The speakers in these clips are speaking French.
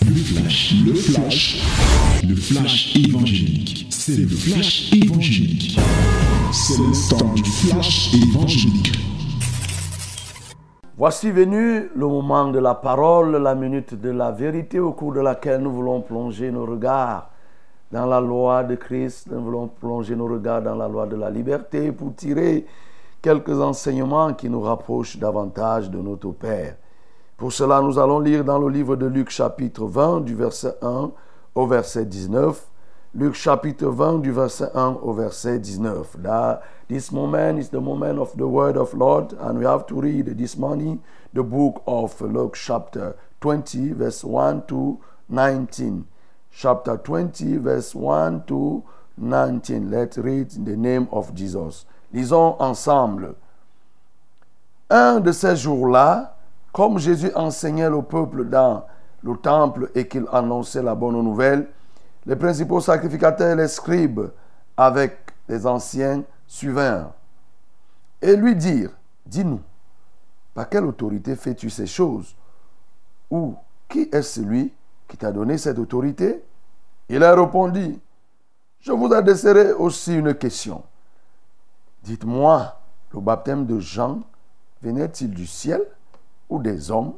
Le flash évangélique. C'est le flash évangélique. C'est le temps du flash évangélique. Voici venu le moment de la parole, la minute de la vérité au cours de laquelle nous voulons plonger nos regards dans la loi de Christ. Nous voulons plonger nos regards dans la loi de la liberté pour tirer quelques enseignements qui nous rapprochent davantage de notre Père. Pour cela, nous allons lire dans le livre de Luc chapitre 20 du verset 1 au verset 19. Luc chapitre 20 du verset 1 au verset 19. This moment is the moment of the word of Lord, and we have to read this morning the book of Luke chapter 20 verse 1 to 19. Chapter 20 verse 1 to 19. Let's read in the name of Jesus. Lisons ensemble. Un de ces jours-là, comme Jésus enseignait le peuple dans le temple et qu'il annonçait la bonne nouvelle, les principaux sacrificateurs et les scribes avec les anciens suivirent et lui dirent, dis-nous, par quelle autorité fais-tu ces choses? Ou qui est celui qui t'a donné cette autorité? Il leur répondit, je vous adresserai aussi une question. Dites-moi, le baptême de Jean venait-il du ciel ou des hommes?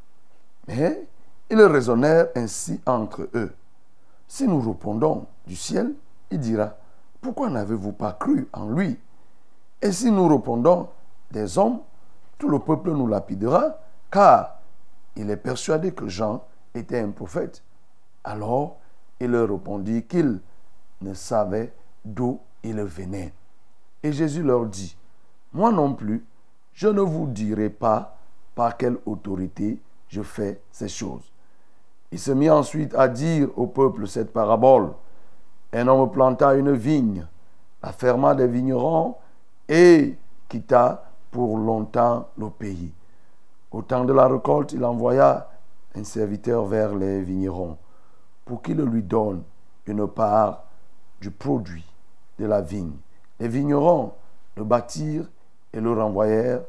Mais ils raisonnèrent ainsi entre eux. Si nous répondons du ciel, il dira, pourquoi n'avez-vous pas cru en lui? Et si nous répondons des hommes, tout le peuple nous lapidera, car il est persuadé que Jean était un prophète. Alors il leur répondit qu'il ne savait d'où il venait. Et Jésus leur dit, moi non plus, je ne vous dirai pas par quelle autorité je fais ces choses. Il se mit ensuite à dire au peuple cette parabole. Un homme planta une vigne, la ferma des vignerons et quitta pour longtemps le pays. Au temps de la récolte, il envoya un serviteur vers les vignerons pour qu'il lui donne une part du produit de la vigne. Les vignerons le battirent et le renvoyèrent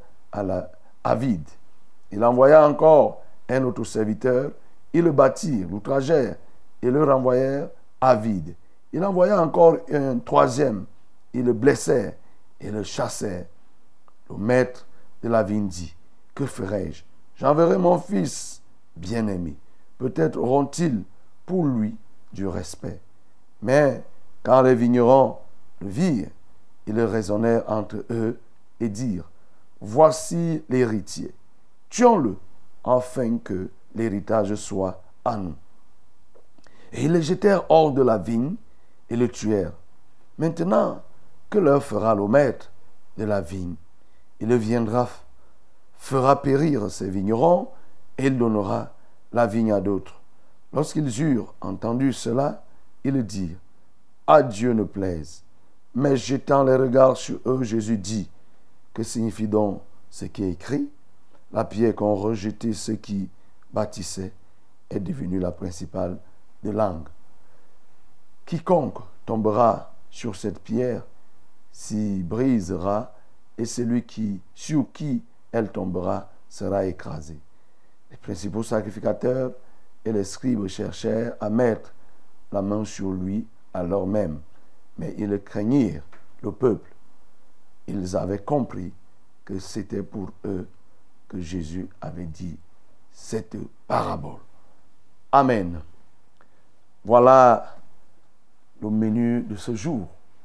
à vide. Il envoya encore un autre serviteur, ils le battirent, l'outragèrent et le renvoyèrent à vide. Il envoya encore un troisième, ils le blessèrent et le chassèrent. Le maître de la vigne dit, que ferai-je? J'enverrai mon fils bien-aimé. Peut-être auront-ils pour lui du respect. Mais quand les vignerons le virent, ils raisonnèrent entre eux et dirent, voici l'héritier, tuons-le, afin que l'héritage soit à nous. Et ils le jetèrent hors de la vigne et le tuèrent. Maintenant, que leur fera le maître de la vigne? Il viendra, fera périr ses vignerons et il donnera la vigne à d'autres. Lorsqu'ils eurent entendu cela, ils dirent, à Dieu ne plaise. Mais jetant les regards sur eux, Jésus dit, que signifie donc ce qui est écrit? La pierre qu'ont rejeté ceux qui bâtissaient est devenue la principale des langues. Quiconque tombera sur cette pierre s'y brisera, et celui sur qui elle tombera sera écrasé. Les principaux sacrificateurs et les scribes cherchèrent à mettre la main sur lui alors même, mais ils craignirent le peuple. Ils avaient compris que c'était pour eux que Jésus avait dit cette parabole. Amen. Voilà le menu de ce jour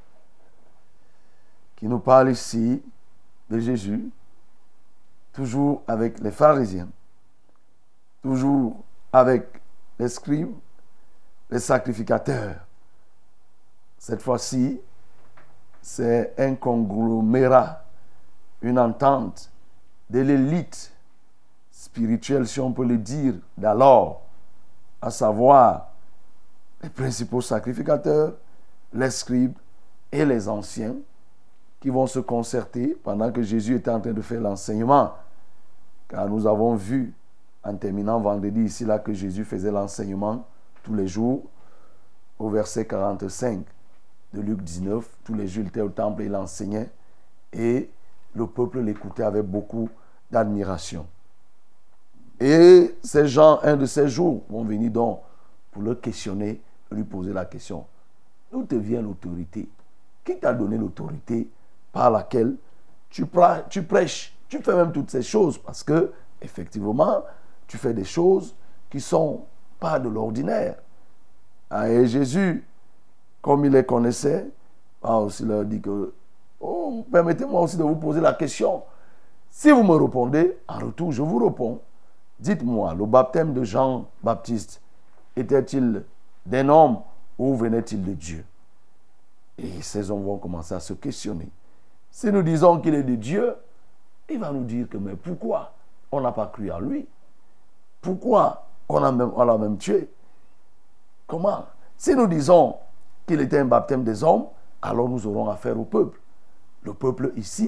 qui nous parle ici de Jésus, toujours avec les pharisiens, toujours avec les scribes, les sacrificateurs. Cette fois-ci, c'est un conglomérat, une entente de l'élite spirituelle, si on peut le dire, d'alors, à savoir les principaux sacrificateurs, les scribes et les anciens, qui vont se concerter pendant que Jésus était en train de faire l'enseignement. Car nous avons vu, en terminant vendredi ici, là, que Jésus faisait l'enseignement tous les jours, au verset 45 de Luc 19. Tous les jours, il était au temple et il enseignait. Et le peuple l'écoutait avec beaucoup d'admiration. Et ces gens, un de ces jours, vont venir donc pour le questionner, lui poser la question. D'où te vient l'autorité? Qui t'a donné l'autorité par laquelle tu prêches? Tu fais même toutes ces choses parce que, effectivement, tu fais des choses qui ne sont pas de l'ordinaire. Et Jésus, comme il les connaissait, a aussi leur dit que, oh, permettez-moi aussi de vous poser la question. Si vous me répondez, en retour, je vous réponds. Dites-moi, le baptême de Jean-Baptiste était-il d'un homme ou venait-il de Dieu? Et ces hommes vont commencer à se questionner. Si nous disons qu'il est de Dieu, il va nous dire que mais pourquoi on n'a pas cru à lui? Pourquoi on l'a même tué? Comment? Si nous disons qu'il était un baptême des hommes, alors nous aurons affaire au peuple. Le peuple ici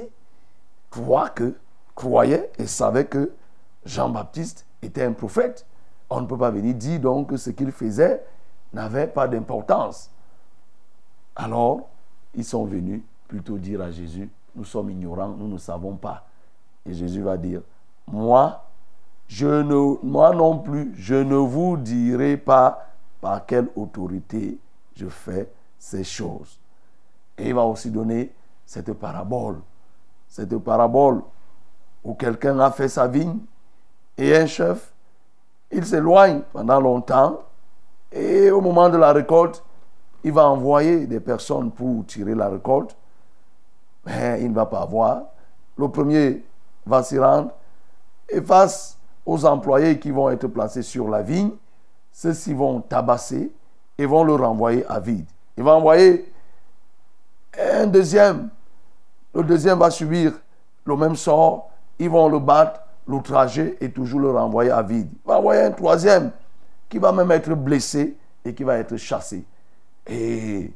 croyait et savait que Jean-Baptiste était un prophète. On ne peut pas venir dire donc que ce qu'il faisait n'avait pas d'importance. Alors, ils sont venus plutôt dire à Jésus, nous sommes ignorants, nous ne savons pas. Et Jésus va dire, moi non plus, je ne vous dirai pas par quelle autorité je fais ces choses. Et il va aussi donner cette parabole où quelqu'un a fait sa vigne et un chef, il s'éloigne pendant longtemps et au moment de la récolte, il va envoyer des personnes pour tirer la récolte, mais il ne va pas avoir. Le premier va s'y rendre et face aux employés qui vont être placés sur la vigne, ceux-ci vont tabasser et vont le renvoyer à vide. Il va envoyer un deuxième. Le deuxième va subir le même sort. Ils vont le battre, l'outrager et toujours le renvoyer à vide. Il va envoyer un troisième qui va même être blessé et qui va être chassé. Et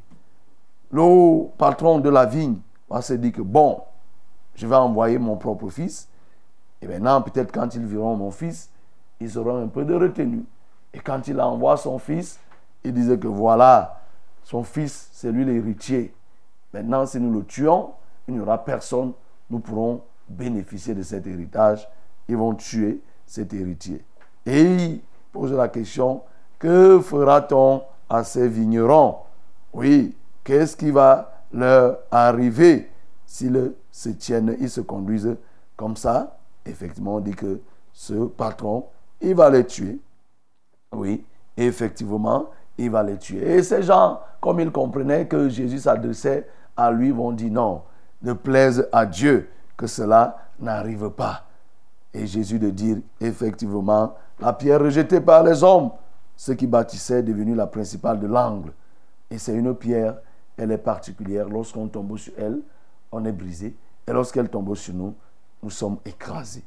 le patron de la vigne va se dire que bon, je vais envoyer mon propre fils. Et maintenant, peut-être quand ils verront mon fils, ils auront un peu de retenue. Et quand il envoie son fils, il disait que voilà, son fils, c'est lui l'héritier. Maintenant, si nous le tuons, il n'y aura personne. Nous pourrons bénéficier de cet héritage. Ils vont tuer cet héritier. Et il pose la question, que fera-t-on à ces vignerons? Oui, qu'est-ce qui va leur arriver s'ils se tiennent, ils se conduisent comme ça? Effectivement, on dit que ce patron, il va les tuer. Oui, effectivement, il va les tuer. Et ces gens, comme ils comprenaient que Jésus s'adressait à lui, vont dire non, ne plaise à Dieu que cela n'arrive pas. Et Jésus de dire, effectivement, la pierre rejetée par les hommes, ce qui bâtissait est devenu la principale de l'angle. Et c'est une pierre, elle est particulière. Lorsqu'on tombe sur elle, on est brisé. Et lorsqu'elle tombe sur nous, nous sommes écrasés.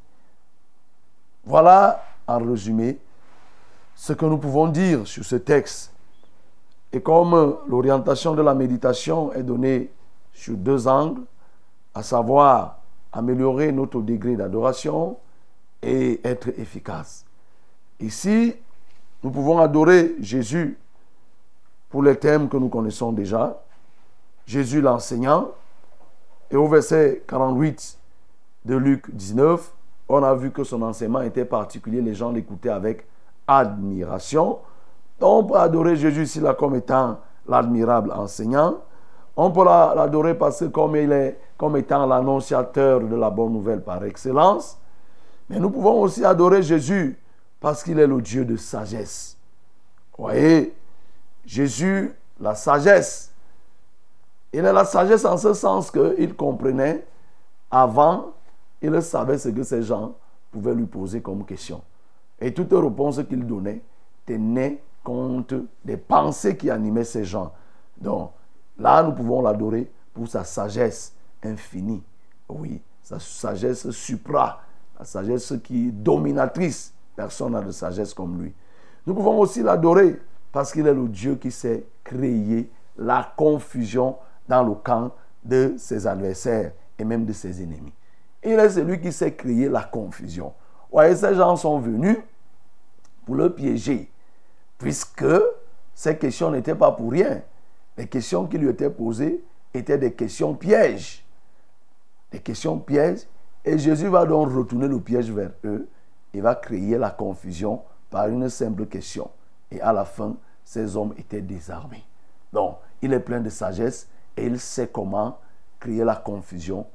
Voilà, en résumé, ce que nous pouvons dire sur ce texte. Et comme l'orientation de la méditation est donnée sur deux angles, à savoir améliorer notre degré d'adoration et être efficace. Ici, nous pouvons adorer Jésus pour les thèmes que nous connaissons déjà. Jésus l'enseignant. Et au verset 48 de Luc 19, on a vu que son enseignement était particulier. Les gens l'écoutaient avec admiration. Donc, on peut adorer Jésus ici là comme étant l'admirable enseignant. On peut l'adorer parce que comme étant l'annonciateur de la bonne nouvelle par excellence. Mais nous pouvons aussi adorer Jésus parce qu'il est le Dieu de sagesse. Vous voyez, Jésus, la sagesse. Il est la sagesse en ce sens qu'il comprenait avant, il savait ce que ces gens pouvaient lui poser comme question. Et toute réponse qu'il donnait tenait compte des pensées qui animaient ces gens. Donc, là, nous pouvons l'adorer pour sa sagesse infinie. Oui, sa sagesse supra, la sagesse qui est dominatrice. Personne n'a de sagesse comme lui. Nous pouvons aussi l'adorer parce qu'il est le Dieu qui sait créer la confusion dans le camp de ses adversaires et même de ses ennemis. Il est celui qui sait créer la confusion. Vous voyez, ces gens sont venus pour le piéger, puisque ces questions n'étaient pas pour rien. Les questions qui lui étaient posées étaient des questions pièges. Des questions pièges. Et Jésus va donc retourner le piège vers eux il va créer la confusion par une simple question. Et à la fin, ces hommes étaient désarmés. Donc, il est plein de sagesse et il sait comment créer la confusion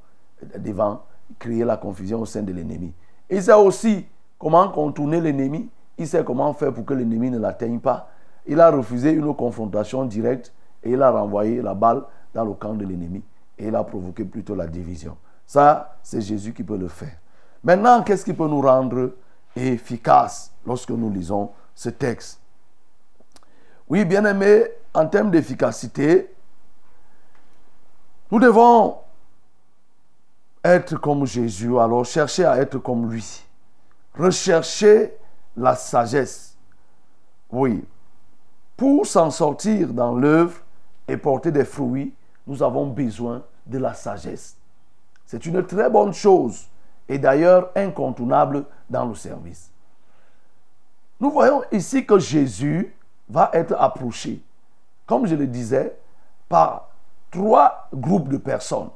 au sein de l'ennemi. Il sait aussi comment contourner l'ennemi. Il sait comment faire pour que l'ennemi ne l'atteigne pas. Il a refusé une confrontation directe et il a renvoyé la balle dans le camp de l'ennemi. Et il a provoqué plutôt la division. Ça, c'est Jésus qui peut le faire. Maintenant, qu'est-ce qui peut nous rendre efficaces lorsque nous lisons ce texte? Oui, bien-aimés, en termes d'efficacité, nous devons être comme Jésus, alors chercher à être comme lui. Rechercher la sagesse. Oui. Pour s'en sortir dans l'œuvre et porter des fruits, nous avons besoin de la sagesse. C'est une très bonne chose et d'ailleurs incontournable dans le service. Nous voyons ici que Jésus va être approché, comme je le disais, par 3 groupes de personnes.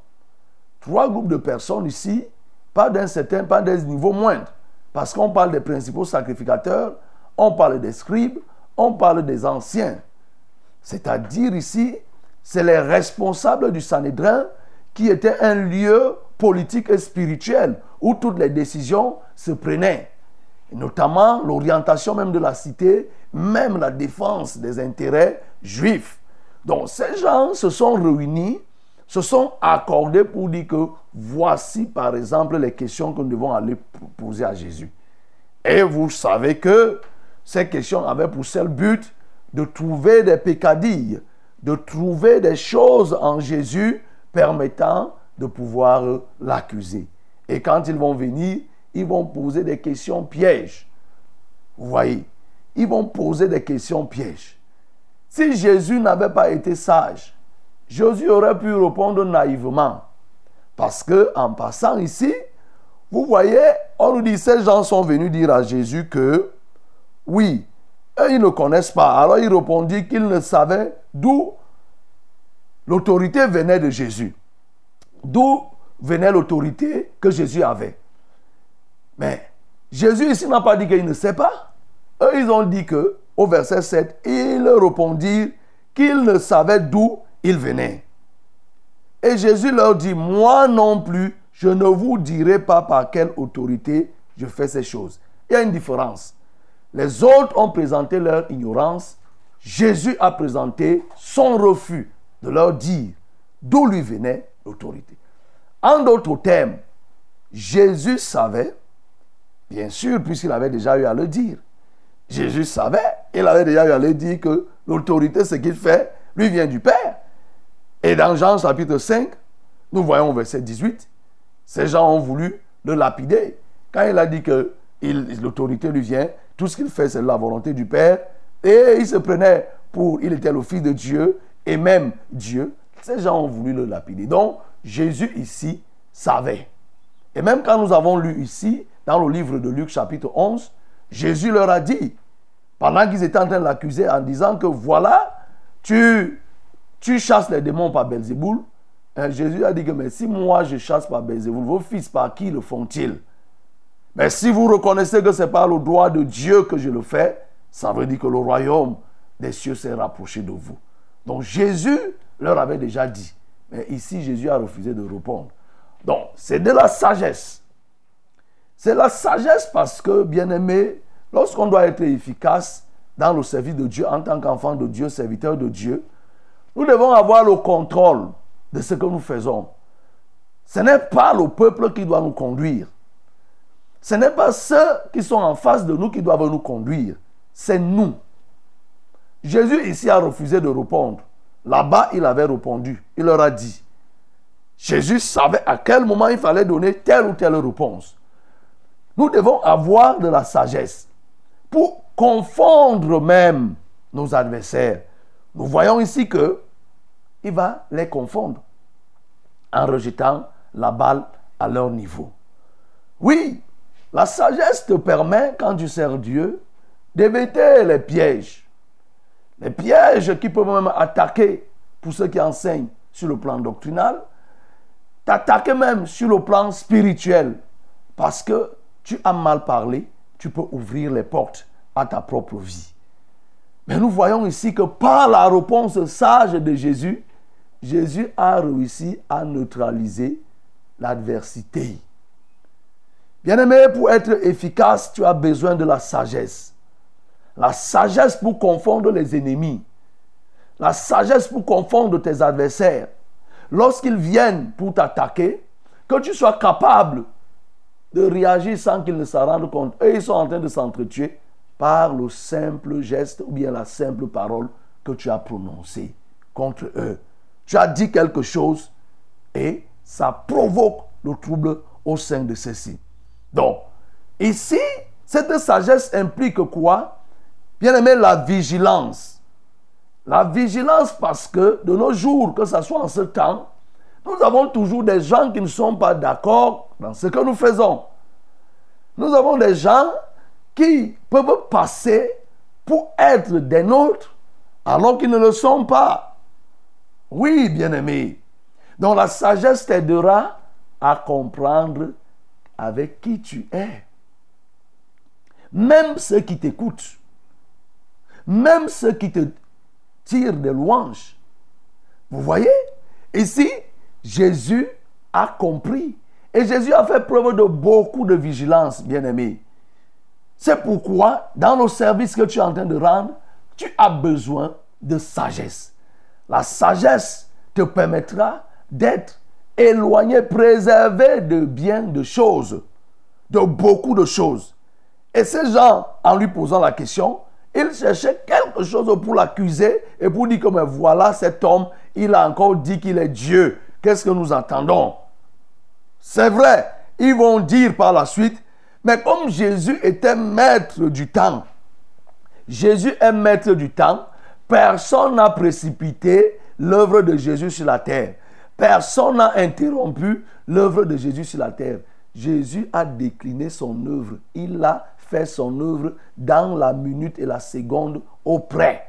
3 groupes de personnes ici, pas des niveaux moindres. Parce qu'on parle des principaux sacrificateurs, on parle des scribes, on parle des anciens. C'est-à-dire ici, c'est les responsables du Sanhédrin qui était un lieu politique et spirituel où toutes les décisions se prenaient. Et notamment l'orientation même de la cité, même la défense des intérêts juifs. Donc ces gens se sont réunis, se sont accordés pour dire que voici par exemple les questions que nous devons aller poser à Jésus. Et vous savez que ces questions avaient pour seul but de trouver des peccadilles, de trouver des choses en Jésus permettant de pouvoir l'accuser. Et quand ils vont venir, ils vont poser des questions pièges. Vous voyez, ils vont poser des questions pièges. Si Jésus n'avait pas été sage, Jésus aurait pu répondre naïvement. Parce que, en passant ici, vous voyez, on nous dit, ces gens sont venus dire à Jésus que, oui, eux, ils ne connaissent pas. Alors il répondit qu'ils ne savaient d'où l'autorité venait de Jésus. D'où venait l'autorité que Jésus avait. Mais Jésus ici n'a pas dit qu'il ne sait pas. Eux, ils ont dit que, au verset 7, ils répondirent qu'ils ne savaient d'où il venait. Et Jésus leur dit, moi non plus, je ne vous dirai pas par quelle autorité je fais ces choses. Il y a une différence. Les autres ont présenté leur ignorance. Jésus a présenté son refus de leur dire d'où lui venait l'autorité. En d'autres termes, Jésus savait, bien sûr, puisqu'il avait déjà eu à le dire. Jésus savait, il avait déjà eu à le dire que l'autorité, ce qu'il fait, lui vient du Père. Et dans Jean chapitre 5, nous voyons au verset 18, ces gens ont voulu le lapider. Quand il a dit que l'autorité lui vient, tout ce qu'il fait, c'est la volonté du Père. Et il se prenait il était le Fils de Dieu et même Dieu. Ces gens ont voulu le lapider. Donc, Jésus ici savait. Et même quand nous avons lu ici, dans le livre de Luc chapitre 11, Jésus leur a dit, pendant qu'ils étaient en train de l'accuser en disant que voilà, tu chasses les démons par Belzéboul. Jésus a dit que mais si moi je chasse par Belzéboul, vos fils par qui le font-ils? Mais si vous reconnaissez que c'est par le droit de Dieu que je le fais, ça veut dire que le royaume des cieux s'est rapproché de vous. Donc Jésus leur avait déjà dit. Mais ici, Jésus a refusé de répondre. Donc, c'est de la sagesse. C'est la sagesse parce que, bien-aimé, lorsqu'on doit être efficace dans le service de Dieu, en tant qu'enfant de Dieu, serviteur de Dieu, nous devons avoir le contrôle de ce que nous faisons. Ce n'est pas le peuple qui doit nous conduire. Ce n'est pas ceux qui sont en face de nous qui doivent nous conduire. C'est nous. Jésus ici a refusé de répondre. Là-bas, il avait répondu. Il leur a dit. Jésus savait à quel moment il fallait donner telle ou telle réponse. Nous devons avoir de la sagesse pour confondre même nos adversaires. Nous voyons ici que il va les confondre en rejetant la balle à leur niveau. Oui, la sagesse te permet, quand tu sers Dieu, d'éviter les pièges. Les pièges qui peuvent même attaquer, pour ceux qui enseignent sur le plan doctrinal, t'attaquer même sur le plan spirituel. Parce que tu as mal parlé, tu peux ouvrir les portes à ta propre vie. Mais nous voyons ici que par la réponse sage de Jésus, Jésus a réussi à neutraliser l'adversité. Bien-aimé, pour être efficace, tu as besoin de la sagesse. La sagesse pour confondre les ennemis. La sagesse pour confondre tes adversaires. Lorsqu'ils viennent pour t'attaquer, que tu sois capable de réagir sans qu'ils ne s'en rendent compte. Eux, ils sont en train de s'entretuer par le simple geste ou bien la simple parole que tu as prononcée contre eux. Tu as dit quelque chose et ça provoque le trouble au sein de ceux-ci. Donc, ici, cette sagesse implique quoi? Bien aimé, la vigilance. La vigilance parce que de nos jours, que ce soit en ce temps, nous avons toujours des gens qui ne sont pas d'accord dans ce que nous faisons. Nous avons des gens qui peuvent passer pour être des nôtres alors qu'ils ne le sont pas. Oui, bien-aimé. Donc la sagesse t'aidera à comprendre avec qui tu es. Même ceux qui t'écoutent, même ceux qui te tirent des louanges. Vous voyez? Ici, Jésus a compris. Et Jésus a fait preuve de beaucoup de vigilance, bien-aimé. C'est pourquoi, dans le service que tu es en train de rendre, tu as besoin de sagesse. La sagesse te permettra d'être éloigné, préservé de bien de choses, de beaucoup de choses. Et ces gens, en lui posant la question, ils cherchaient quelque chose pour l'accuser et pour dire que mais voilà cet homme, il a encore dit qu'il est Dieu. Qu'est-ce que nous entendons? C'est vrai, ils vont dire par la suite, mais comme Jésus était maître du temps, Jésus est maître du temps, personne n'a précipité l'œuvre de Jésus sur la terre. Personne n'a interrompu l'œuvre de Jésus sur la terre. Jésus a décliné son œuvre. Il a fait son œuvre dans la minute et la seconde auprès.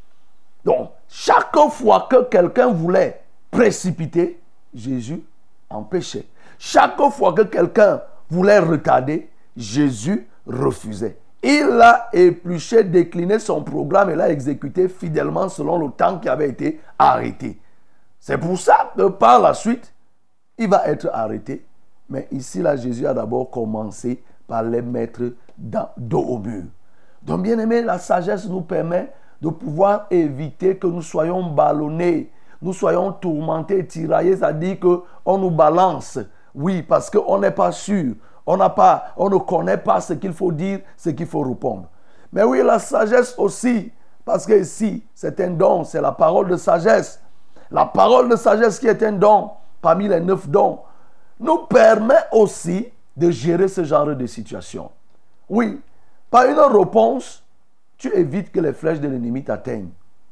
Donc, chaque fois que quelqu'un voulait précipiter, Jésus empêchait. Chaque fois que quelqu'un voulait retarder, Jésus refusait. Il a épluché, décliné son programme et l'a exécuté fidèlement selon le temps qui avait été arrêté. C'est pour ça que par la suite, il va être arrêté. Mais ici, là, Jésus a d'abord commencé par les mettre dos au mur. Donc, bien aimé, la sagesse nous permet de pouvoir éviter que nous soyons ballonnés, nous soyons tourmentés, tiraillés, c'est-à-dire qu'on nous balance. Oui, parce qu'on n'est pas sûr. On ne connaît pas ce qu'il faut dire, ce qu'il faut répondre. Mais oui, la sagesse aussi, parce que ici, c'est un don, c'est la parole de sagesse. La parole de sagesse qui est un don, parmi les 9 dons, nous permet aussi de gérer ce genre de situation. Oui, par une réponse, tu évites que les flèches de l'ennemi t'atteignent.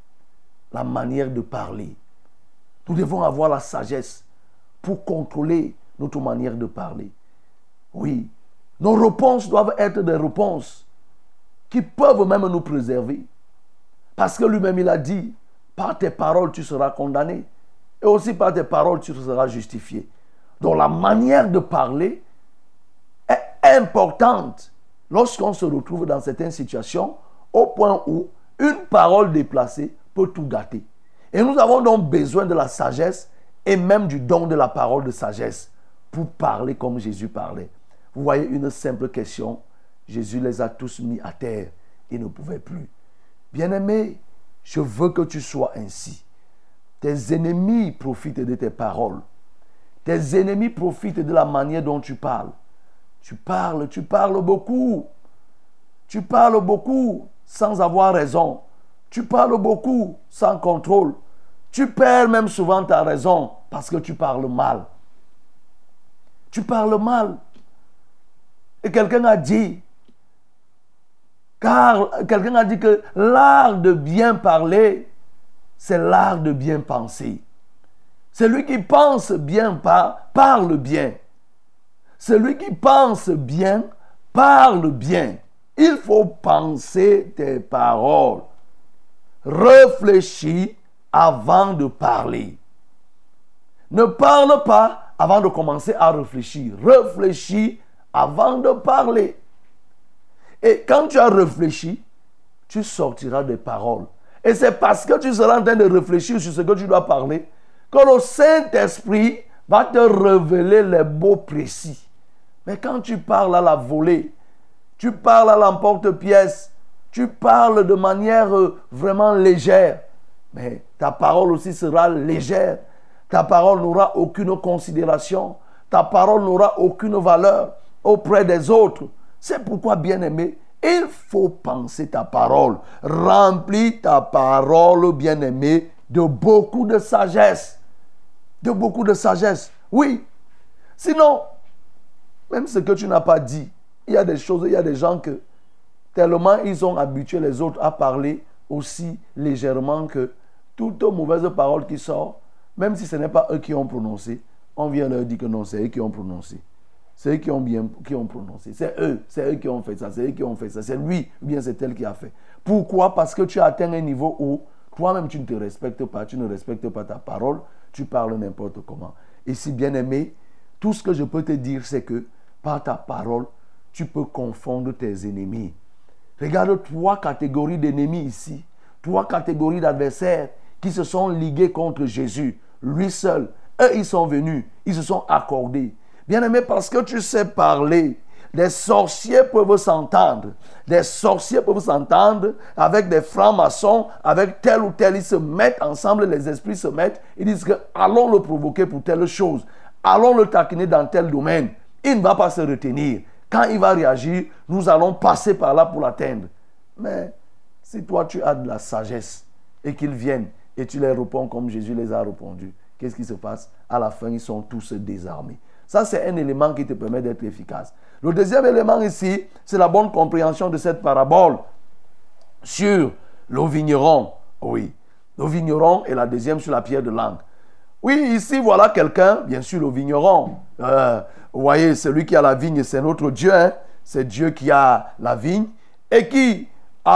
La manière de parler. Nous devons avoir la sagesse pour contrôler notre manière de parler. Oui, nos réponses doivent être des réponses qui peuvent même nous préserver. Parce que lui-même, il a dit, par tes paroles, tu seras condamné. Et aussi par tes paroles, tu seras justifié. Donc la manière de parler est importante lorsqu'on se retrouve dans certaines situations au point où une parole déplacée peut tout gâter. Et nous avons donc besoin de la sagesse et même du don de la parole de sagesse pour parler comme Jésus parlait. Vous voyez une simple question, Jésus les a tous mis à terre, ils ne pouvaient plus. Bien-aimé, je veux que tu sois ainsi. Tes ennemis profitent de tes paroles. Tes ennemis profitent de la manière dont tu parles. Tu parles beaucoup. Tu parles beaucoup sans avoir raison. Tu parles beaucoup sans contrôle. Tu perds même souvent ta raison parce que tu parles mal. Tu parles mal. Et quelqu'un a dit que l'art de bien parler, c'est l'art de bien penser. Celui qui pense bien parle bien. Celui qui pense bien parle bien. Il faut penser tes paroles. Réfléchis avant de parler. Ne parle pas avant de commencer à réfléchir. Réfléchis avant de parler. Et quand tu as réfléchi, tu sortiras des paroles. Et c'est parce que tu seras en train de réfléchir sur ce que tu dois parler que le Saint-Esprit va te révéler les mots précis. Mais quand tu parles à la volée, tu parles à l'emporte-pièce, tu parles de manière vraiment légère, mais ta parole aussi sera légère. Ta parole n'aura aucune considération. Ta parole n'aura aucune valeur auprès des autres. C'est pourquoi, bien-aimé, il faut penser ta parole. Remplis ta parole, bien-aimé, de beaucoup de sagesse. De beaucoup de sagesse. Oui. Sinon, même ce que tu n'as pas dit, il y a des choses, il y a des gens que tellement ils ont habitué les autres à parler aussi légèrement que toute mauvaise parole qui sort, même si ce n'est pas eux qui ont prononcé, on vient leur dire que non, c'est eux qui ont prononcé. C'est eux qui ont prononcé. C'est eux qui ont fait ça, c'est eux qui ont fait ça. C'est lui ou bien c'est elle qui a fait. Pourquoi? Parce que tu as atteint un niveau où toi-même tu ne te respectes pas, tu ne respectes pas ta parole, tu parles n'importe comment. Et si bien aimé, tout ce que je peux te dire, c'est que par ta parole, tu peux confondre tes ennemis. Regarde 3 catégories d'ennemis ici, 3 catégories d'adversaires qui se sont ligués contre Jésus. Lui seul. Eux, ils sont venus, ils se sont accordés. Bien-aimé, parce que tu sais parler, des sorciers peuvent s'entendre. Des sorciers peuvent s'entendre avec des francs-maçons, avec tel ou tel. Ils se mettent ensemble, les esprits se mettent. Ils disent que allons le provoquer pour telle chose. Allons le taquiner dans tel domaine. Il ne va pas se retenir. Quand il va réagir, nous allons passer par là pour l'atteindre. Mais si toi tu as de la sagesse et qu'ils viennent et tu les réponds comme Jésus les a répondus, qu'est-ce qui se passe? À la fin, ils sont tous désarmés. Ça, c'est un élément qui te permet d'être efficace. Le deuxième élément ici, c'est la bonne compréhension de cette parabole sur le vigneron. Oui, le vigneron et la deuxième sur la pierre de langue. Oui, ici, voilà quelqu'un, bien sûr, le vigneron. Vous voyez, celui qui a la vigne, c'est notre Dieu. Hein? C'est Dieu qui a la vigne et qui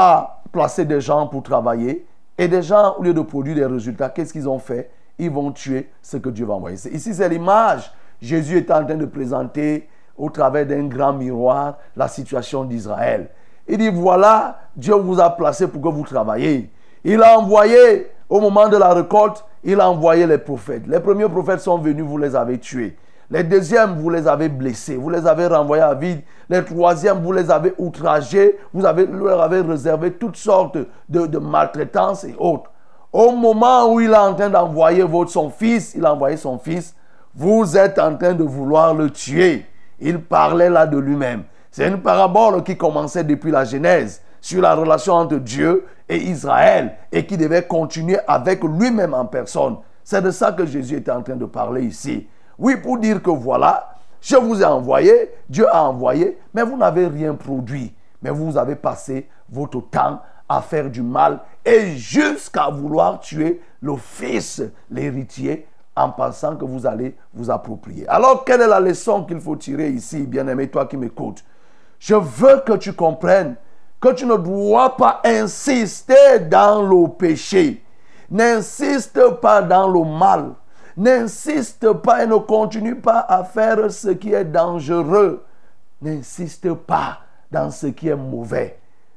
a placé des gens pour travailler. Et des gens, au lieu de produire des résultats, qu'est-ce qu'ils ont fait? Ils vont tuer ce que Dieu va envoyer. Ici, c'est l'image. Jésus est en train de présenter au travers d'un grand miroir la situation d'Israël. Il dit, voilà, Dieu vous a placé pour que vous travaillez. Il a envoyé, au moment de la récolte, il a envoyé les prophètes. Les premiers prophètes sont venus, vous les avez tués. Les deuxièmes, vous les avez blessés, vous les avez renvoyés à vide. Les troisièmes, vous les avez outragés, leur avez réservé toutes sortes de maltraitances et autres. Au moment où il est en train d'envoyer son fils, il a envoyé son fils, vous êtes en train de vouloir le tuer. Il parlait là de lui-même. C'est une parabole qui commençait depuis la Genèse sur la relation entre Dieu et Israël et qui devait continuer avec lui-même en personne. C'est de ça que Jésus était en train de parler ici. Oui, pour dire que voilà, je vous ai envoyé, Dieu a envoyé, mais vous n'avez rien produit. Mais vous avez passé votre temps à faire du mal et jusqu'à vouloir tuer le fils, l'héritier, en pensant que vous allez vous approprier. Alors, quelle est la leçon qu'il faut tirer ici, bien-aimé, toi qui m'écoutes? Je veux que tu comprennes que tu ne dois pas insister dans le péché. N'insiste pas dans le mal. N'insiste pas et ne continue pas à faire ce qui est dangereux. N'insiste pas dans ce qui est mauvais.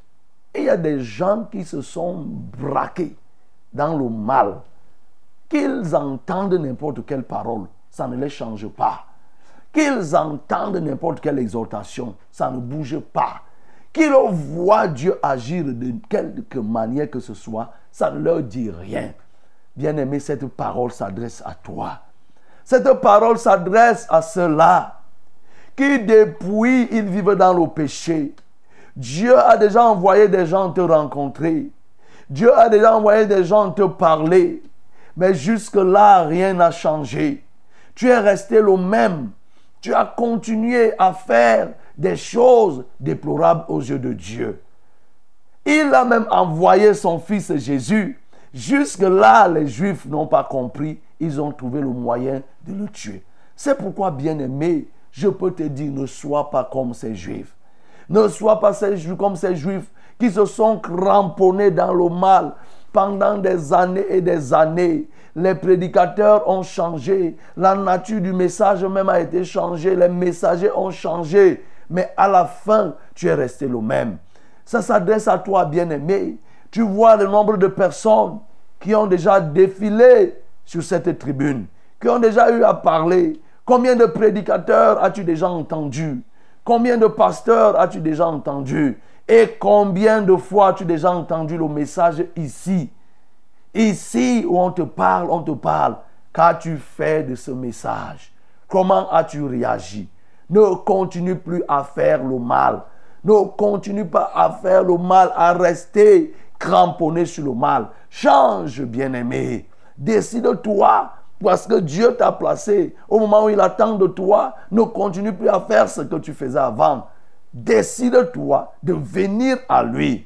Et il y a des gens qui se sont braqués dans le mal. Qu'ils entendent n'importe quelle parole, ça ne les change pas. Qu'ils entendent n'importe quelle exhortation, ça ne bouge pas. Qu'ils voient Dieu agir de quelque manière que ce soit, ça ne leur dit rien. Bien-aimé, cette parole s'adresse à toi. Cette parole s'adresse à ceux-là qui, depuis, ils vivent dans le péché. Dieu a déjà envoyé des gens te rencontrer. Dieu a déjà envoyé des gens te parler. Mais jusque-là, rien n'a changé. Tu es resté le même. Tu as continué à faire des choses déplorables aux yeux de Dieu. Il a même envoyé son fils Jésus. Jusque-là, les Juifs n'ont pas compris. Ils ont trouvé le moyen de le tuer. C'est pourquoi, bien-aimé, je peux te dire, ne sois pas comme ces Juifs. Ne sois pas comme ces Juifs qui se sont cramponnés dans le mal pendant des années et des années. Les prédicateurs ont changé. La nature du message même a été changée. Les messagers ont changé. mais à la fin, tu es resté le même. Ça s'adresse à toi, bien-aimé. Tu vois le nombre de personnes qui ont déjà défilé sur cette tribune, qui ont déjà eu à parler. Combien de prédicateurs as-tu déjà entendu? Combien de pasteurs as-tu déjà entendu? Et combien de fois as-tu déjà entendu le message ici? Ici où on te parle. Qu'as-tu fait de ce message? Comment as-tu réagi? Ne continue plus à faire le mal. Ne continue pas à faire le mal, à rester cramponné sur le mal. Change, bien-aimé. Décide-toi, parce que Dieu t'a placé. Au moment où il attend de toi, ne continue plus à faire ce que tu faisais avant. Décide-toi de venir à lui,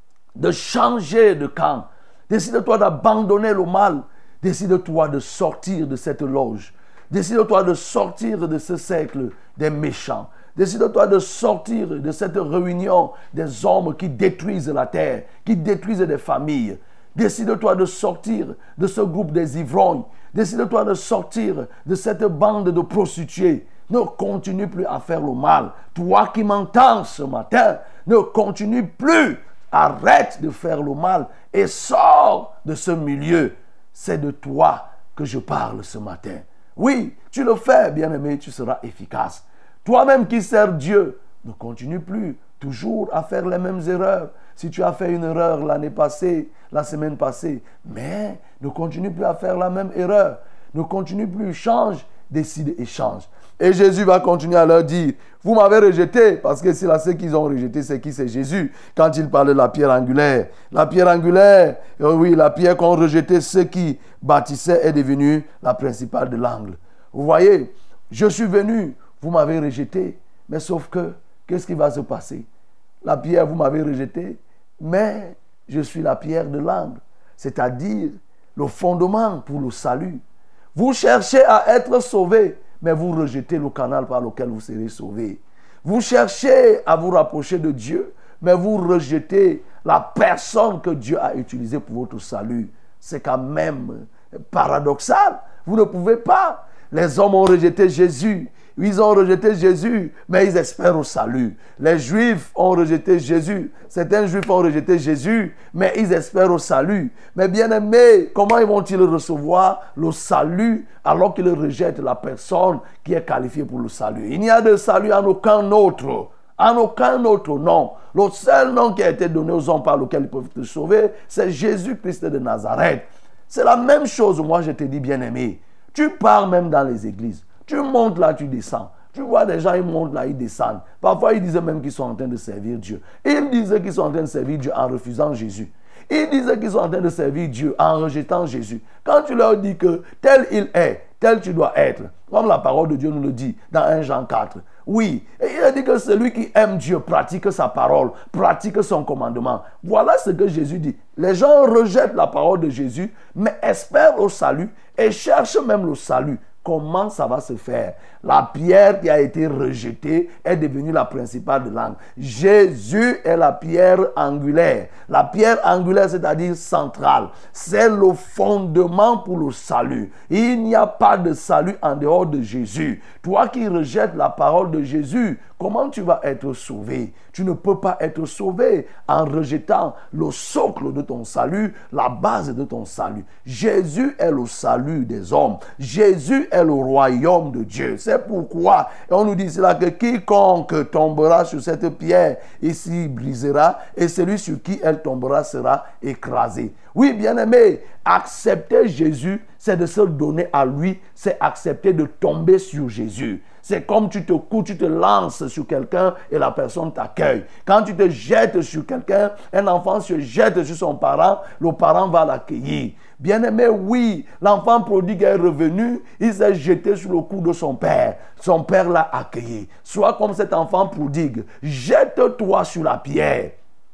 de changer de camp. Décide-toi d'abandonner le mal. Décide-toi de sortir de cette loge. Décide-toi de sortir de ce cercle des méchants. Décide-toi de sortir de cette réunion des hommes qui détruisent la terre, qui détruisent des familles. Décide-toi de sortir de ce groupe des ivrognes. Décide-toi de sortir de cette bande de prostituées. Ne continue plus à faire le mal. Toi qui m'entends ce matin, ne continue plus. Arrête de faire le mal et sors de ce milieu. C'est de toi que je parle ce matin. Oui, tu le fais, bien-aimé, tu seras efficace. Toi-même qui sers Dieu, ne continue plus toujours à faire les mêmes erreurs. Si tu as fait une erreur l'année passée, la semaine passée, mais ne continue plus à faire la même erreur. Ne continue plus, change, décide et change. Et Jésus va continuer à leur dire, vous m'avez rejeté, parce que c'est là ceux qu'ils ont rejeté, c'est qui? C'est Jésus, quand il parle de la pierre angulaire. La pierre angulaire, oui, la pierre qu'ont rejeté ceux qui bâtissaient est devenue la principale de l'angle. Vous voyez, je suis venu, vous m'avez rejeté, mais sauf que, qu'est-ce qui va se passer? La pierre, vous m'avez rejeté, mais je suis la pierre de l'angle, c'est-à-dire le fondement pour le salut. Vous cherchez à être sauvé, mais vous rejetez le canal par lequel vous serez sauvé. Vous cherchez à vous rapprocher de Dieu, mais vous rejetez la personne que Dieu a utilisée pour votre salut. C'est quand même paradoxal. Vous ne pouvez pas. Les hommes ont rejeté Jésus. Ils ont rejeté Jésus, mais ils espèrent au salut. Les Juifs ont rejeté Jésus. Certains Juifs ont rejeté Jésus, mais ils espèrent au salut. Mais bien aimés, comment vont-ils recevoir le salut alors qu'ils rejettent la personne qui est qualifiée pour le salut? Il n'y a de salut en aucun autre. En aucun autre nom. Le seul nom qui a été donné aux hommes par lequel ils peuvent te sauver, c'est Jésus-Christ de Nazareth. C'est la même chose, moi je te dis, bien aimé. Tu pars même dans les églises. Tu montes là, tu descends. Tu vois des gens, ils montent là, ils descendent. Parfois, ils disaient même qu'ils sont en train de servir Dieu. Ils disaient qu'ils sont en train de servir Dieu en refusant Jésus. Ils disaient qu'ils sont en train de servir Dieu en rejetant Jésus. Quand tu leur dis que tel il est, tel tu dois être, comme la parole de Dieu nous le dit dans 1 Jean 4. Oui, et il a dit que celui qui aime Dieu pratique sa parole, pratique son commandement. Voilà ce que Jésus dit. Les gens rejettent la parole de Jésus, mais espèrent au salut et cherchent même le salut. Comment ça va se faire? La pierre qui a été rejetée est devenue la principale de l'angle. Jésus est la pierre angulaire. La pierre angulaire, c'est-à-dire centrale. C'est le fondement pour le salut. Il n'y a pas de salut en dehors de Jésus. Toi qui rejettes la parole de Jésus, comment tu vas être sauvé? Tu ne peux pas être sauvé en rejetant le socle de ton salut, la base de ton salut. Jésus est le salut des hommes. Jésus est le royaume de Dieu. C'est pourquoi on nous dit cela que quiconque tombera sur cette pierre, il s'y brisera et celui sur qui elle tombera sera écrasé. Oui, bien-aimé, accepter Jésus, c'est de se donner à lui, c'est accepter de tomber sur Jésus. C'est comme tu te lances sur quelqu'un et la personne t'accueille. Quand tu te jettes sur quelqu'un, un enfant se jette sur son parent, le parent va l'accueillir. Bien-aimé, oui, l'enfant prodigue est revenu, il s'est jeté sur le cou de son père. Son père l'a accueilli. Sois comme cet enfant prodigue, jette-toi sur la pierre.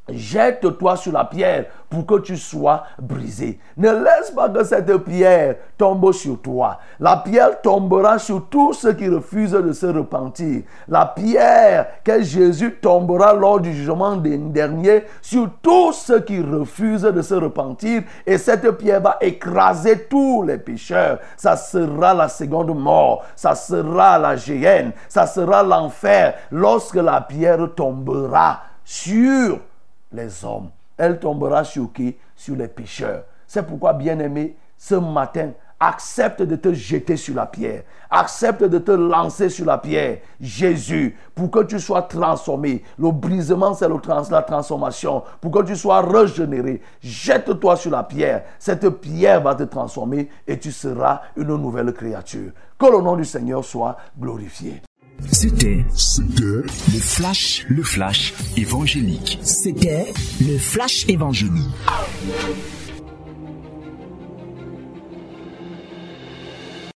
Jette-toi sur la pierre pour que tu sois brisé. Ne laisse pas que cette pierre tombe sur toi. La pierre tombera sur tous ceux qui refusent de se repentir. La pierre que Jésus tombera lors du jugement dernier sur tous ceux qui refusent de se repentir. Et cette pierre va écraser tous les pécheurs. Ça sera la seconde mort. Ça sera la géhenne. Ça sera l'enfer lorsque la pierre tombera sur les hommes. Elle tombera sur qui? Sur les pécheurs. C'est pourquoi, bien-aimé, ce matin, accepte de te jeter sur la pierre. Accepte de te lancer sur la pierre. Jésus, pour que tu sois transformé. Le brisement, c'est la transformation. Pour que tu sois régénéré, jette-toi sur la pierre. Cette pierre va te transformer et tu seras une nouvelle créature. Que le nom du Seigneur soit glorifié. C'était le flash évangélique. C'était le flash évangélique.